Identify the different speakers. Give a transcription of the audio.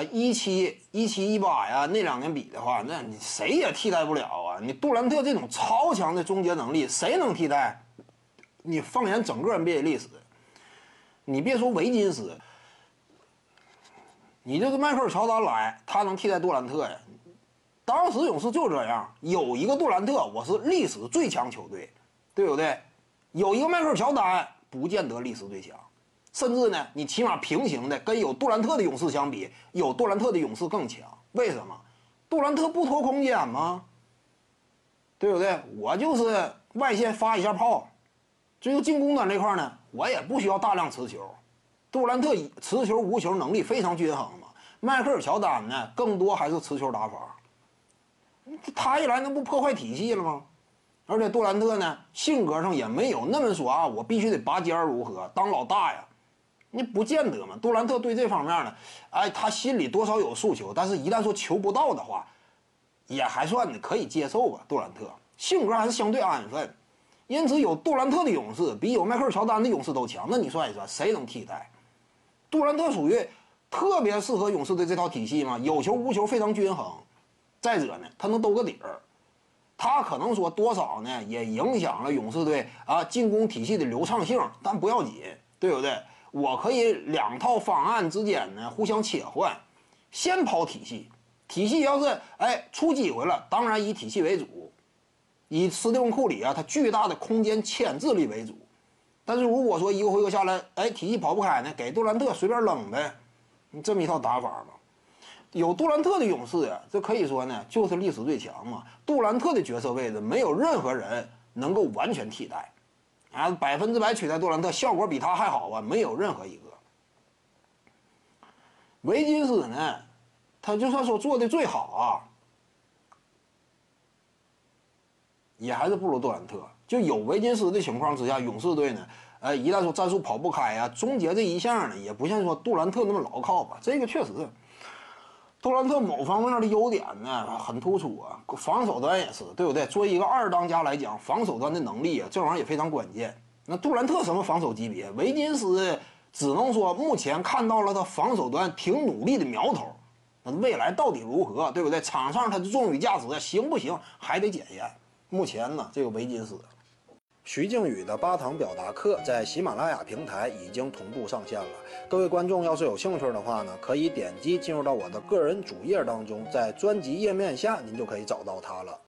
Speaker 1: 17、18呀，那2年比的话，那你谁也替代不了啊！你杜兰特这种超强的终结能力，谁能替代？你放眼整个 NBA 历史，你别说维金斯，你就是迈克尔乔丹来，他能替代杜兰特呀？当时勇士就这样，有一个杜兰特，我是历史最强球队，对不对？有一个迈克尔乔丹，不见得历史最强，甚至呢，你起码平行的跟有杜兰特的勇士相比，有杜兰特的勇士更强。为什么？杜兰特不拖空间吗？对不对？我就是外线发一下炮，至于进攻端这块呢，我也不需要大量持球。杜兰特持球无球能力非常均衡嘛，迈克尔乔丹呢，更多还是持球打法。他一来，那不破坏体系了吗？而且杜兰特呢，性格上也没有那么说啊，我必须得拔尖如何当老大呀？你不见得嘛。杜兰特对这方面呢，哎，他心里多少有诉求，但是一旦说求不到的话，也还算可以接受吧。杜兰特性格还是相对安分，因此有杜兰特的勇士比有迈克尔乔丹的勇士都强。那你算一算，谁能替代？杜兰特属于特别适合勇士队这套体系嘛，有球无球非常均衡。再者呢，他能兜个底儿，他可能说多少呢，也影响了勇士队啊进攻体系的流畅性，但不要紧，对不对？我可以2套方案之间呢互相切换，先跑体系，体系要是出机会了，当然以体系为主，以斯蒂芬库里啊他巨大的空间牵制力为主。但是如果说一个回合下来，体系跑不开呢，给杜兰特随便扔呗，你这么一套打法嘛。有杜兰特的勇士啊，这可以说呢就是历史最强嘛。杜兰特的角色位置没有任何人能够完全替代，啊，100%取代杜兰特，效果比他还好啊，没有任何一个。维金斯呢，他就算说做的最好啊，也还是不如杜兰特。就有维金斯的情况之下，勇士队呢，一旦说战术跑不开啊，终结这一项呢，也不像说杜兰特那么牢靠吧。这个确实。杜兰特某方面的优点呢很突出啊，防守端也是，对不对？作为一个2当家来讲，防守端的能力啊，这玩意儿也非常关键。那杜兰特什么防守级别？维金斯只能说目前看到了他防守端挺努力的苗头，那未来到底如何，对不对？场上他的作用与价值行不行，还得检验。目前呢，这个维金斯。徐静宇的8堂表达课在喜马拉雅平台已经同步上线了，各位观众要是有兴趣的话呢，可以点击进入到我的个人主页当中，在专辑页面下您就可以找到它了。